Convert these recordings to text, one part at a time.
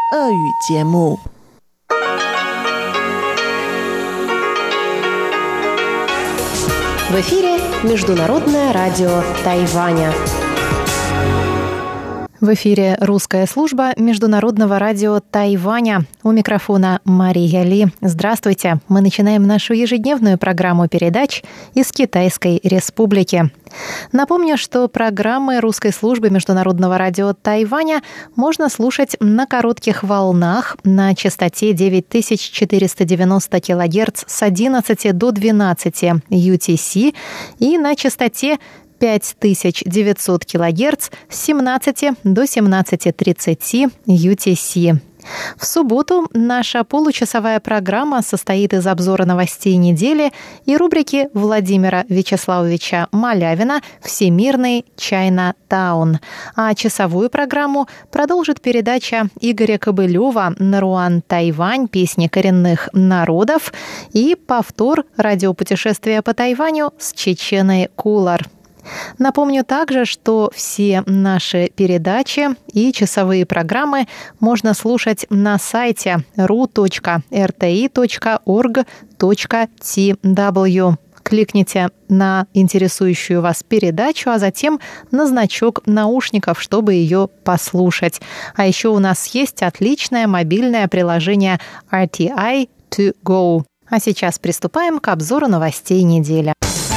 俄语节目。 В эфире Международное радио Тайваня. В эфире русская служба Международного радио Тайваня. У микрофона Мария Ли. Здравствуйте. Мы начинаем нашу ежедневную программу передач из Китайской Республики. Напомню, что программы русской службы Международного радио Тайваня можно слушать на коротких волнах на частоте 9490 кГц с 11 до 12 UTC и на частоте 5900 кГц с 17 до 17:30 UTC. В субботу наша получасовая программа состоит из обзора новостей недели и рубрики Владимира Вячеславовича Малявина «Всемирный Чайна-таун». А часовую программу продолжит передача Игоря Кобылева «Наруан Тайвань. Песни коренных народов» и повтор радиопутешествия по Тайваню с Чеченой Кулар. Напомню также, что все наши передачи и часовые программы можно слушать на сайте ru.rti.org.tw. Кликните на интересующую вас передачу, а затем на значок наушников, чтобы ее послушать. А еще у нас есть отличное мобильное приложение RTI To Go. А сейчас приступаем к обзору новостей недели.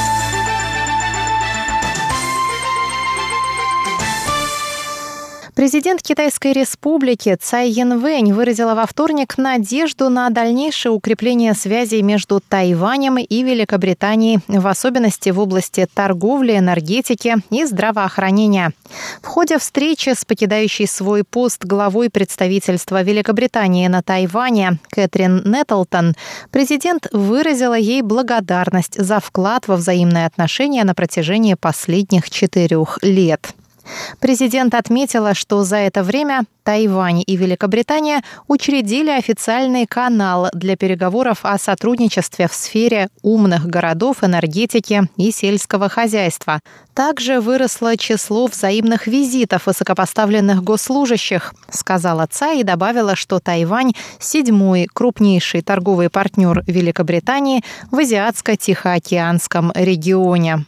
Президент Китайской Республики Цай Янвэнь выразила во вторник надежду на дальнейшее укрепление связей между Тайванем и Великобританией, в особенности в области торговли, энергетики и здравоохранения. В ходе встречи с покидающей свой пост главой представительства Великобритании на Тайване Кэтрин Нэттлтон президент выразила ей благодарность за вклад во взаимные отношения на протяжении последних 4 лет. Президент отметила, что за это время Тайвань и Великобритания учредили официальный канал для переговоров о сотрудничестве в сфере умных городов, энергетики и сельского хозяйства. Также выросло число взаимных визитов высокопоставленных госслужащих, сказала Цай и добавила, что Тайвань – 7-й крупнейший торговый партнер Великобритании в Азиатско-Тихоокеанском регионе.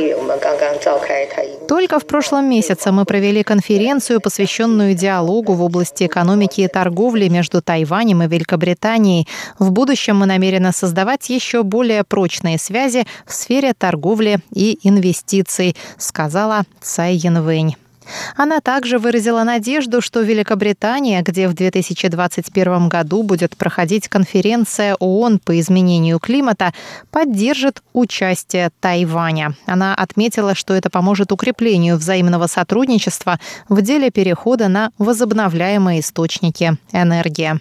Только в прошлом месяце мы провели конференцию, посвященную диалогу в области экономики и торговли между Тайванем и Великобританией. В будущем мы намерены создавать еще более прочные связи в сфере торговли и инвестиций, сказала Цай Янвэнь. Она также выразила надежду, что Великобритания, где в 2021 году будет проходить конференция ООН по изменению климата, поддержит участие Тайваня. Она отметила, что это поможет укреплению взаимного сотрудничества в деле перехода на возобновляемые источники энергии.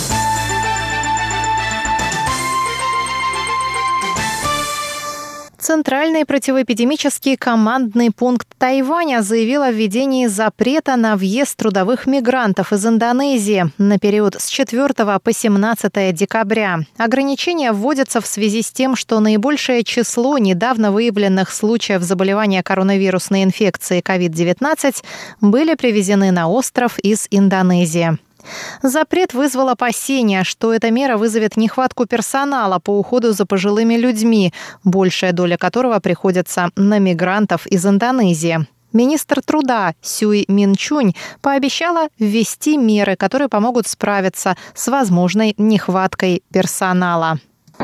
Центральный противоэпидемический командный пункт Тайваня заявил о введении запрета на въезд трудовых мигрантов из Индонезии на период с 4 по 17 декабря. Ограничения вводятся в связи с тем, что наибольшее число недавно выявленных случаев заболевания коронавирусной инфекцией COVID-19 были привезены на остров из Индонезии. Запрет вызвал опасения, что эта мера вызовет нехватку персонала по уходу за пожилыми людьми, большая доля которого приходится на мигрантов из Индонезии. Министр труда Сюй Минчунь пообещала ввести меры, которые помогут справиться с возможной нехваткой персонала.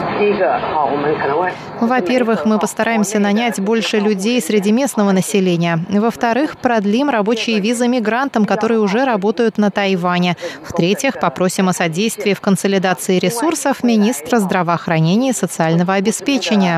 Во-первых, мы постараемся нанять больше людей среди местного населения. Во-вторых, продлим рабочие визы мигрантам, которые уже работают на Тайване. В-третьих, попросим о содействии в консолидации ресурсов министра здравоохранения и социального обеспечения,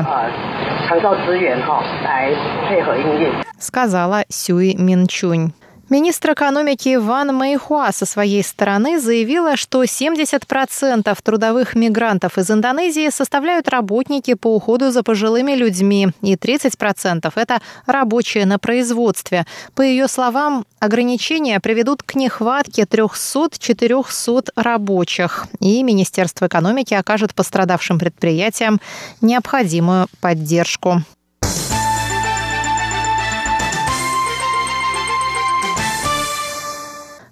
сказала Сюй Минчунь. Министр экономики Ван Мэйхуа со своей стороны заявила, что 70% трудовых мигрантов из Индонезии составляют работники по уходу за пожилыми людьми, и 30% – это рабочие на производстве. По ее словам, ограничения приведут к нехватке 300-400 рабочих, и Министерство экономики окажет пострадавшим предприятиям необходимую поддержку.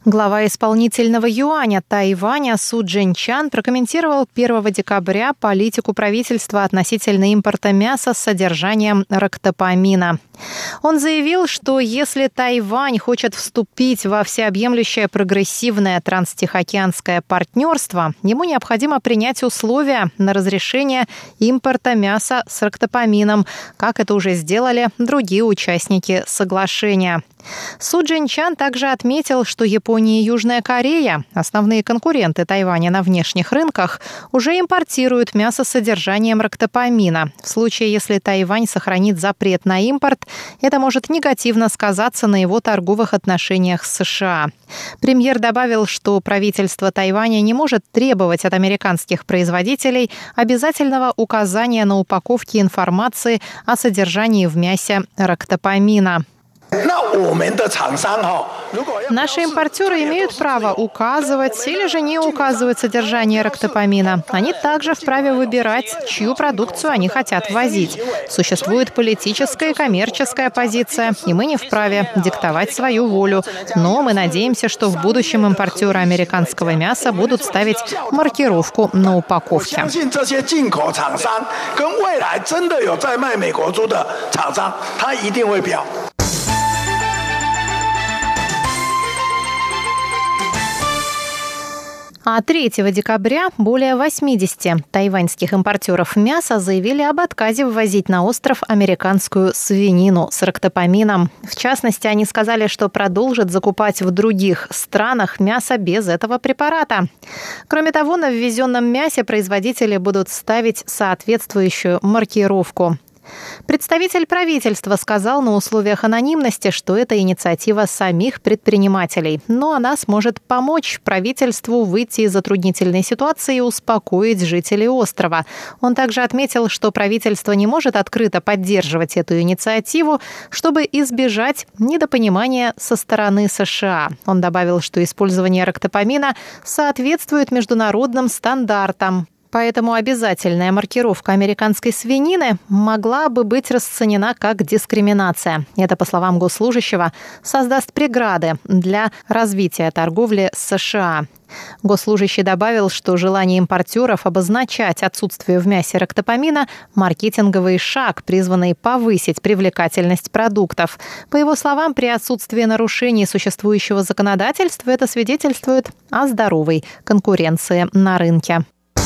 Глава исполнительного юаня Тайваня Су Чжэньчан прокомментировал 1 декабря политику правительства относительно импорта мяса с содержанием рактопамина. Он заявил, что если Тайвань хочет вступить во всеобъемлющее прогрессивное транстихоокеанское партнерство, ему необходимо принять условия на разрешение импорта мяса с рактопамином, как это уже сделали другие участники соглашения. Су Чжэньчан также отметил, что Япония и Южная Корея, основные конкуренты Тайваня на внешних рынках, уже импортируют мясо с содержанием рактопамина. В случае, если Тайвань сохранит запрет на импорт, это может негативно сказаться на его торговых отношениях с США. Премьер добавил, что правительство Тайваня не может требовать от американских производителей обязательного указания на упаковке информации о содержании в мясе рактопамина. Наши импортеры имеют право указывать или же не указывать содержание рактопамина. Они также вправе выбирать, чью продукцию они хотят ввозить. Существует политическая и коммерческая позиция, и мы не вправе диктовать свою волю. Но мы надеемся, что в будущем импортеры американского мяса будут ставить маркировку на упаковке. А 3 декабря более 80 тайваньских импортеров мяса заявили об отказе ввозить на остров американскую свинину с рактопамином. В частности, они сказали, что продолжат закупать в других странах мясо без этого препарата. Кроме того, на ввезенном мясе производители будут ставить соответствующую маркировку. Представитель правительства сказал на условиях анонимности, что это инициатива самих предпринимателей, но она сможет помочь правительству выйти из затруднительной ситуации и успокоить жителей острова. Он также отметил, что правительство не может открыто поддерживать эту инициативу, чтобы избежать недопонимания со стороны США. Он добавил, что использование рактопамина соответствует международным стандартам. Поэтому обязательная маркировка американской свинины могла бы быть расценена как дискриминация. Это, по словам госслужащего, создаст преграды для развития торговли с США. Госслужащий добавил, что желание импортеров обозначать отсутствие в мясе рактопамина – маркетинговый шаг, призванный повысить привлекательность продуктов. По его словам, при отсутствии нарушений существующего законодательства это свидетельствует о здоровой конкуренции на рынке.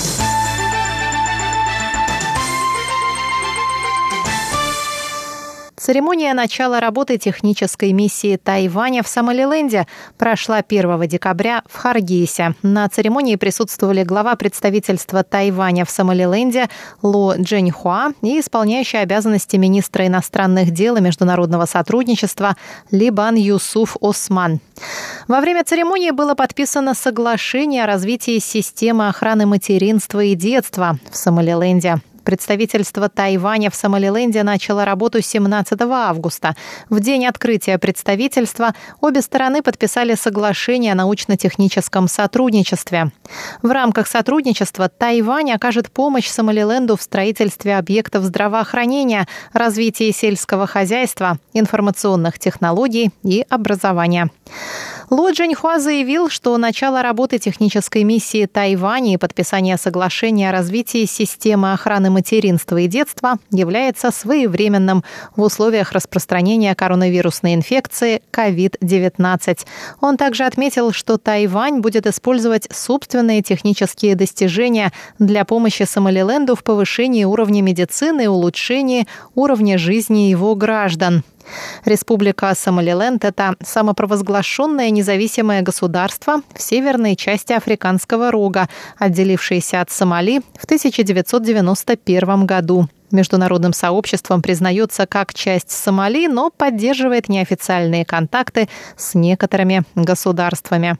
Церемония начала работы технической миссии Тайваня в Сомалиленде прошла 1 декабря в Харгейсе. На церемонии присутствовали глава представительства Тайваня в Сомалиленде Ло Джэньхуа и исполняющий обязанности министра иностранных дел и международного сотрудничества Либан Юсуф Осман. Во время церемонии было подписано соглашение о развитии системы охраны материнства и детства в Сомалиленде. Представительство Тайваня в Сомалиленде начало работу 17 августа. В день открытия представительства обе стороны подписали соглашение о научно-техническом сотрудничестве. В рамках сотрудничества Тайвань окажет помощь Сомалиленду в строительстве объектов здравоохранения, развитии сельского хозяйства, информационных технологий и образования. Ло Джэньхуа заявил, что начало работы технической миссии Тайваня и подписание соглашения о развитии системы охраны материнства и детства является своевременным в условиях распространения коронавирусной инфекции COVID-19. Он также отметил, что Тайвань будет использовать собственные технические достижения для помощи Сомалиленду в повышении уровня медицины и улучшении уровня жизни его граждан. Республика Сомалиленд – это самопровозглашенное независимое государство в северной части Африканского рога, отделившееся от Сомали в 1991 году. Международным сообществом признается как часть Сомали, но поддерживает неофициальные контакты с некоторыми государствами.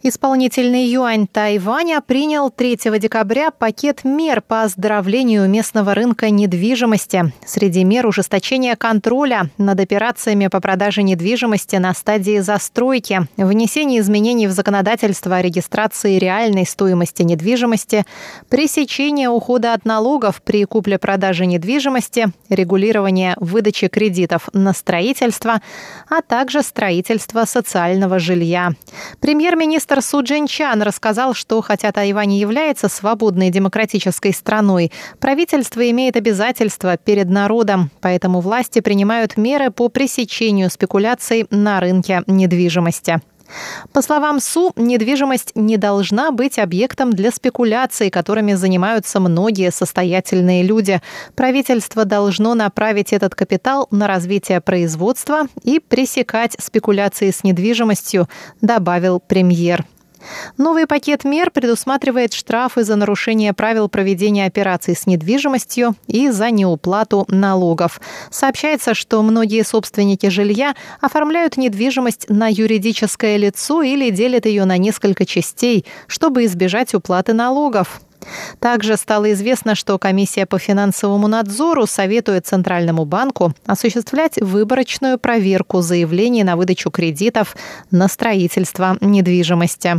Исполнительный юань Тайваня принял 3 декабря пакет мер по оздоровлению местного рынка недвижимости. Среди мер ужесточение контроля над операциями по продаже недвижимости на стадии застройки, внесение изменений в законодательство о регистрации реальной стоимости недвижимости, пресечение ухода от налогов при купле-продаже недвижимости, регулирование выдачи кредитов на строительство, а также строительство социального жилья. Премьер-министр Су Чжэньчан рассказал, что хотя Тайвань не является свободной демократической страной, правительство имеет обязательства перед народом, поэтому власти принимают меры по пресечению спекуляций на рынке недвижимости. По словам Су, недвижимость не должна быть объектом для спекуляций, которыми занимаются многие состоятельные люди. Правительство должно направить этот капитал на развитие производства и пресекать спекуляции с недвижимостью, добавил премьер. Новый пакет мер предусматривает штрафы за нарушение правил проведения операций с недвижимостью и за неуплату налогов. Сообщается, что многие собственники жилья оформляют недвижимость на юридическое лицо или делят ее на несколько частей, чтобы избежать уплаты налогов. Также стало известно, что Комиссия по финансовому надзору советует Центральному банку осуществлять выборочную проверку заявлений на выдачу кредитов на строительство недвижимости.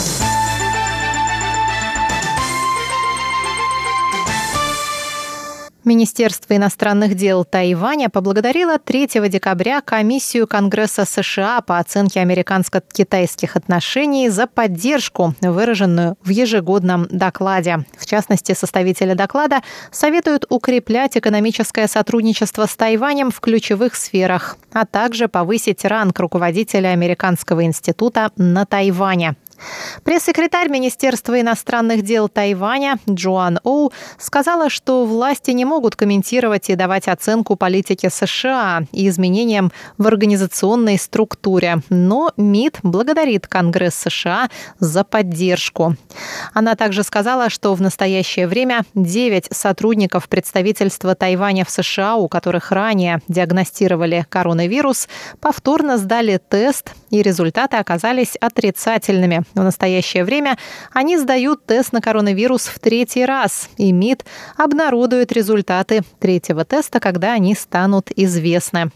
Министерство иностранных дел Тайваня поблагодарило 3 декабря Комиссию Конгресса США по оценке американско-китайских отношений за поддержку, выраженную в ежегодном докладе. В частности, составители доклада советуют укреплять экономическое сотрудничество с Тайванем в ключевых сферах, а также повысить ранг руководителя Американского института на Тайване. Пресс-секретарь Министерства иностранных дел Тайваня Джоан Оу сказала, что власти не могут комментировать и давать оценку политике США и изменениям в организационной структуре, но МИД благодарит Конгресс США за поддержку. Она также сказала, что в настоящее время 9 сотрудников представительства Тайваня в США, у которых ранее диагностировали коронавирус, повторно сдали тест, и результаты оказались отрицательными. В настоящее время они сдают тест на коронавирус в 3-й раз, и МИД обнародует результаты 3-го теста, когда они станут известны.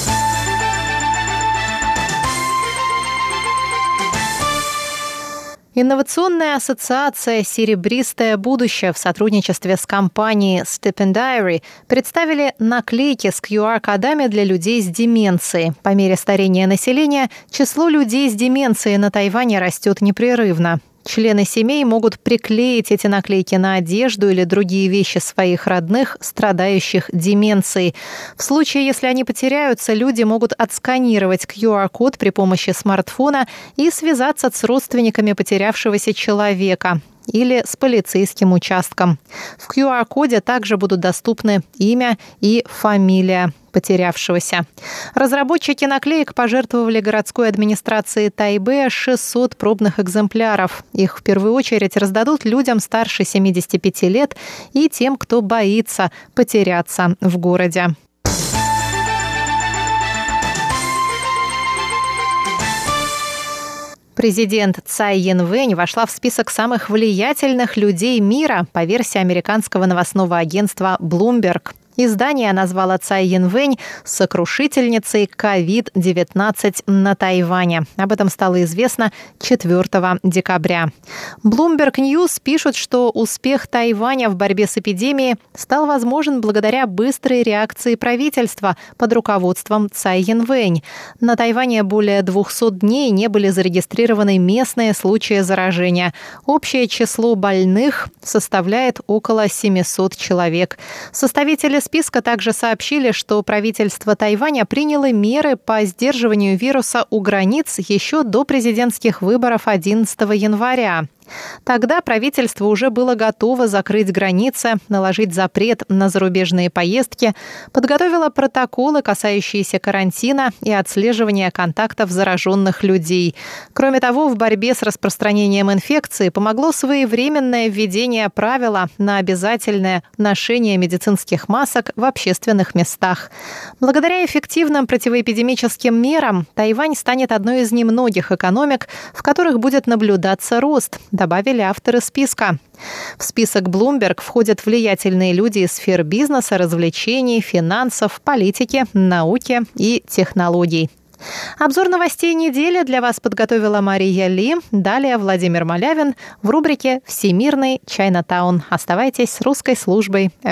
Инновационная ассоциация «Серебристое будущее» в сотрудничестве с компанией Stipendiary представили наклейки с QR-кодами для людей с деменцией. По мере старения населения число людей с деменцией на Тайване растет непрерывно. Члены семей могут приклеить эти наклейки на одежду или другие вещи своих родных, страдающих деменцией. В случае, если они потеряются, люди могут отсканировать QR-код при помощи смартфона и связаться с родственниками потерявшегося человека или с полицейским участком. В QR-коде также будут доступны имя и фамилия потерявшегося. Разработчики наклеек пожертвовали городской администрации Тайбэя 600 пробных экземпляров. Их в первую очередь раздадут людям старше 75 лет и тем, кто боится потеряться в городе. Президент Цай Янвэнь вошла в список самых влиятельных людей мира по версии американского новостного агентства Bloomberg. Издание назвало Цай Янвэнь сокрушительницей COVID-19 на Тайване. Об этом стало известно 4 декабря. Bloomberg News пишут, что успех Тайваня в борьбе с эпидемией стал возможен благодаря быстрой реакции правительства под руководством Цай Янвэнь. На Тайване более 200 дней не были зарегистрированы местные случаи заражения. Общее число больных составляет около 700 человек. Составители списка также сообщили, что правительство Тайваня приняло меры по сдерживанию вируса у границ еще до президентских выборов 11 января. Тогда правительство уже было готово закрыть границы, наложить запрет на зарубежные поездки, подготовило протоколы, касающиеся карантина и отслеживания контактов зараженных людей. Кроме того, в борьбе с распространением инфекции помогло своевременное введение правила на обязательное ношение медицинских масок в общественных местах. Благодаря эффективным противоэпидемическим мерам Тайвань станет одной из немногих экономик, в которых будет наблюдаться рост, добавили авторы списка. В список Bloomberg входят влиятельные люди из сфер бизнеса, развлечений, финансов, политики, науки и технологий. Обзор новостей недели для вас подготовила Мария Ли. Далее Владимир Малявин в рубрике «Всемирный Чайнатаун». Оставайтесь с русской службой